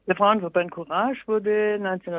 Der Frauenverband Courage wurde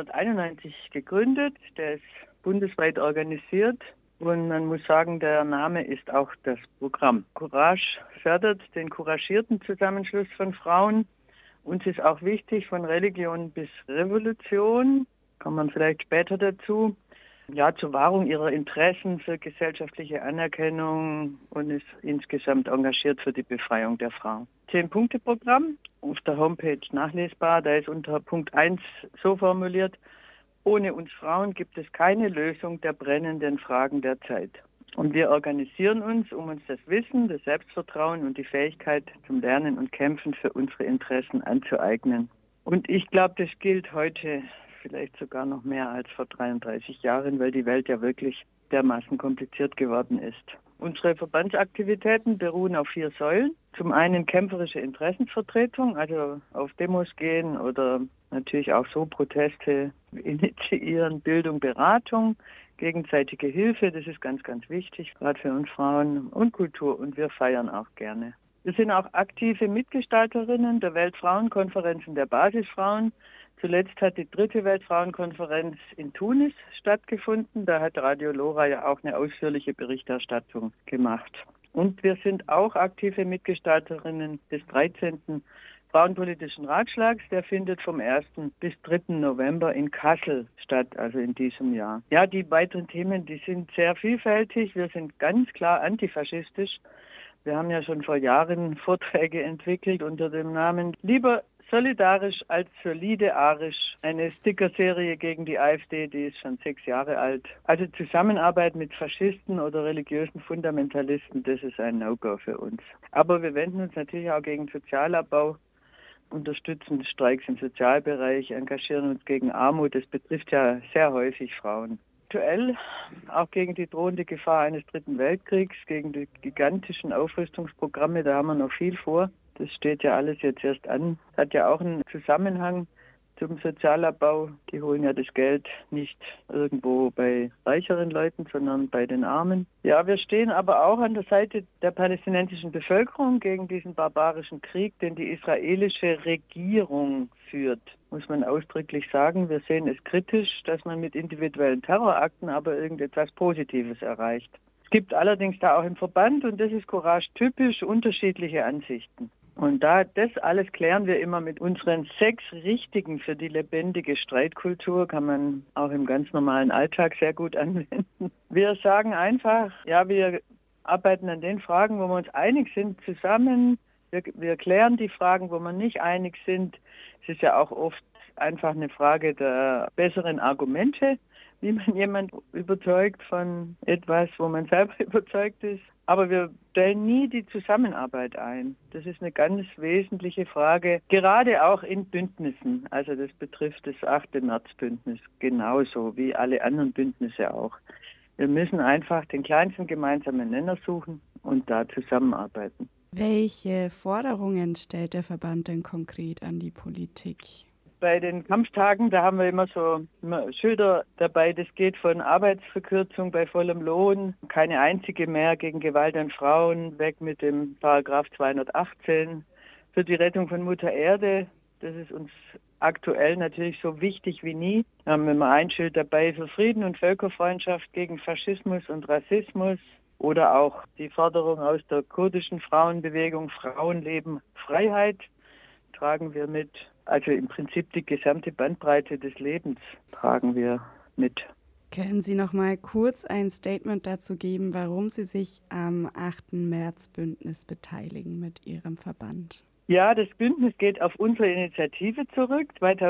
1991 gegründet. Der ist bundesweit organisiert. Und man muss sagen, der Name ist auch das Programm. Courage fördert den couragierten Zusammenschluss von Frauen. Uns ist auch wichtig, von Religion bis Revolution, kommt man vielleicht später dazu, ja, zur Wahrung ihrer Interessen für gesellschaftliche Anerkennung und ist insgesamt engagiert für die Befreiung der Frau. 10-Punkte-Programm, auf der Homepage nachlesbar, da ist unter Punkt 1 so formuliert: Ohne uns Frauen gibt es keine Lösung der brennenden Fragen der Zeit. Und wir organisieren uns, um uns das Wissen, das Selbstvertrauen und die Fähigkeit zum Lernen und Kämpfen für unsere Interessen anzueignen. Und ich glaube, das gilt heute vielleicht sogar noch mehr als vor 33 Jahren, weil die Welt ja wirklich dermaßen kompliziert geworden ist. Unsere Verbandsaktivitäten beruhen auf 4 Säulen. Zum einen kämpferische Interessenvertretung, also auf Demos gehen oder natürlich auch so Proteste initiieren, Bildung, Beratung, gegenseitige Hilfe, das ist ganz, ganz wichtig, gerade für uns Frauen, und Kultur, und wir feiern auch gerne. Wir sind auch aktive Mitgestalterinnen der Weltfrauenkonferenzen der Basisfrauen. Zuletzt hat die 3. Weltfrauenkonferenz in Tunis stattgefunden. Da hat Radio Lora ja auch eine ausführliche Berichterstattung gemacht. Und wir sind auch aktive Mitgestalterinnen des 13. Frauenpolitischen Ratschlags. Der findet vom 1. bis 3. November in Kassel statt, also in diesem Jahr. Ja, die weiteren Themen, die sind sehr vielfältig. Wir sind ganz klar antifaschistisch. Wir haben ja schon vor Jahren Vorträge entwickelt unter dem Namen Lieber solidarisch als solide arisch. Eine Stickerserie gegen die AfD, die ist schon 6 Jahre alt. Also Zusammenarbeit mit Faschisten oder religiösen Fundamentalisten, das ist ein No-Go für uns. Aber wir wenden uns natürlich auch gegen Sozialabbau, unterstützen Streiks im Sozialbereich, engagieren uns gegen Armut. Das betrifft ja sehr häufig Frauen. Aktuell auch gegen die drohende Gefahr eines 3. Weltkriegs, gegen die gigantischen Aufrüstungsprogramme, da haben wir noch viel vor. Das steht ja alles jetzt erst an. Hat ja auch einen Zusammenhang zum Sozialabbau. Die holen ja das Geld nicht irgendwo bei reicheren Leuten, sondern bei den Armen. Ja, wir stehen aber auch an der Seite der palästinensischen Bevölkerung gegen diesen barbarischen Krieg, den die israelische Regierung führt. Muss man ausdrücklich sagen, wir sehen es kritisch, dass man mit individuellen Terrorakten aber irgendetwas Positives erreicht. Es gibt allerdings da auch im Verband, und das ist Courage typisch, unterschiedliche Ansichten. Und das alles klären wir immer mit unseren 6 Richtigen für die lebendige Streitkultur, kann man auch im ganz normalen Alltag sehr gut anwenden. Wir sagen einfach, ja, wir arbeiten an den Fragen, wo wir uns einig sind, zusammen. Wir klären die Fragen, wo wir nicht einig sind. Es ist ja auch oft einfach eine Frage der besseren Argumente, wie man jemand überzeugt von etwas, wo man selber überzeugt ist. Aber wir stellen nie die Zusammenarbeit ein. Das ist eine ganz wesentliche Frage, gerade auch in Bündnissen. Also das betrifft das 8. März-Bündnis genauso wie alle anderen Bündnisse auch. Wir müssen einfach den kleinsten gemeinsamen Nenner suchen und da zusammenarbeiten. Welche Forderungen stellt der Verband denn konkret an die Politik? Bei den Kampftagen, da haben wir immer Schilder dabei, das geht von Arbeitsverkürzung bei vollem Lohn, keine einzige mehr gegen Gewalt an Frauen, weg mit dem Paragraph 218, für die Rettung von Mutter Erde, das ist uns aktuell natürlich so wichtig wie nie. Da haben wir immer ein Schild dabei für Frieden und Völkerfreundschaft gegen Faschismus und Rassismus. Oder auch die Forderung aus der kurdischen Frauenbewegung, Frauenleben, Freiheit, tragen wir mit. Also im Prinzip die gesamte Bandbreite des Lebens tragen wir mit. Können Sie noch mal kurz ein Statement dazu geben, warum Sie sich am 8. März-Bündnis beteiligen mit Ihrem Verband? Ja, das Bündnis geht auf unsere Initiative zurück.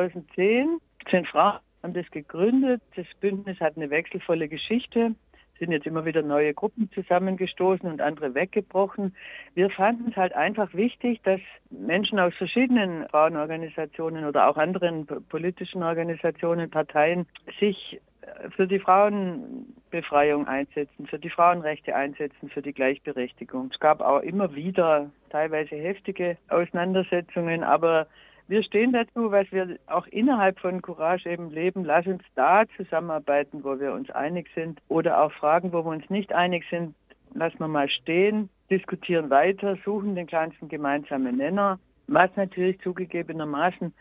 2010 10 Frauen haben das gegründet. Das Bündnis hat eine wechselvolle Geschichte. Sind jetzt immer wieder neue Gruppen zusammengestoßen und andere weggebrochen. Wir fanden es halt einfach wichtig, dass Menschen aus verschiedenen Frauenorganisationen oder auch anderen politischen Organisationen, Parteien sich für die Frauenbefreiung einsetzen, für die Frauenrechte einsetzen, für die Gleichberechtigung. Es gab auch immer wieder teilweise heftige Auseinandersetzungen, aber wir stehen dazu, was wir auch innerhalb von Courage eben leben. Lass uns da zusammenarbeiten, wo wir uns einig sind. Oder auch Fragen, wo wir uns nicht einig sind, lassen wir mal stehen, diskutieren weiter, suchen den kleinsten gemeinsamen Nenner. Was natürlich zugegebenermaßen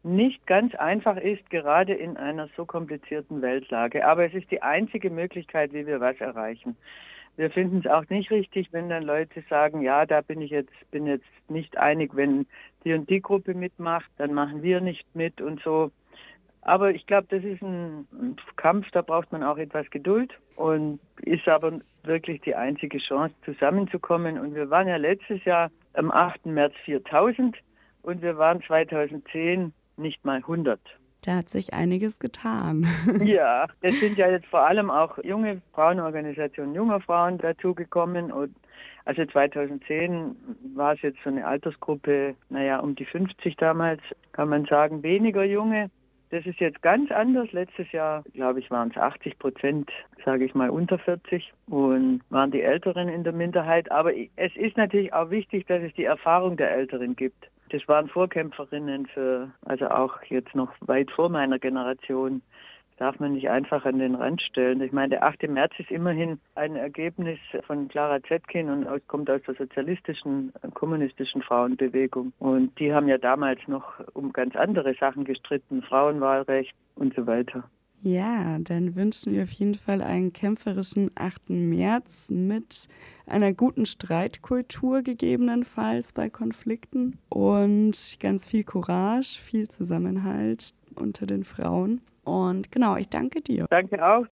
nicht ganz einfach ist, gerade in einer so komplizierten Weltlage. Aber es ist die einzige Möglichkeit, wie wir was erreichen. Wir finden es auch nicht richtig, wenn dann Leute sagen, ja, da bin jetzt nicht einig, wenn die und die Gruppe mitmacht, dann machen wir nicht mit und so. Aber ich glaube, das ist ein Kampf, da braucht man auch etwas Geduld und ist aber wirklich die einzige Chance, zusammenzukommen. Und wir waren ja letztes Jahr am 8. März 4000 und wir waren 2010 nicht mal 100. Da hat sich einiges getan. Ja, es sind ja jetzt vor allem auch junge Frauenorganisationen, junger Frauen dazugekommen. Und also 2010 war es jetzt so eine Altersgruppe, um die 50 damals, kann man sagen, weniger junge. Das ist jetzt ganz anders. Letztes Jahr, glaube ich, waren es 80%, sage ich mal, unter 40 und waren die Älteren in der Minderheit. Aber es ist natürlich auch wichtig, dass es die Erfahrung der Älteren gibt. Das waren Vorkämpferinnen also auch jetzt noch weit vor meiner Generation. Das darf man nicht einfach an den Rand stellen. Ich meine, der 8. März ist immerhin ein Ergebnis von Clara Zetkin und kommt aus der sozialistischen, kommunistischen Frauenbewegung. Und die haben ja damals noch um ganz andere Sachen gestritten, Frauenwahlrecht und so weiter. Ja, dann wünschen wir auf jeden Fall einen kämpferischen 8. März mit einer guten Streitkultur gegebenenfalls bei Konflikten und ganz viel Courage, viel Zusammenhalt unter den Frauen. Und genau, ich danke dir. Danke auch.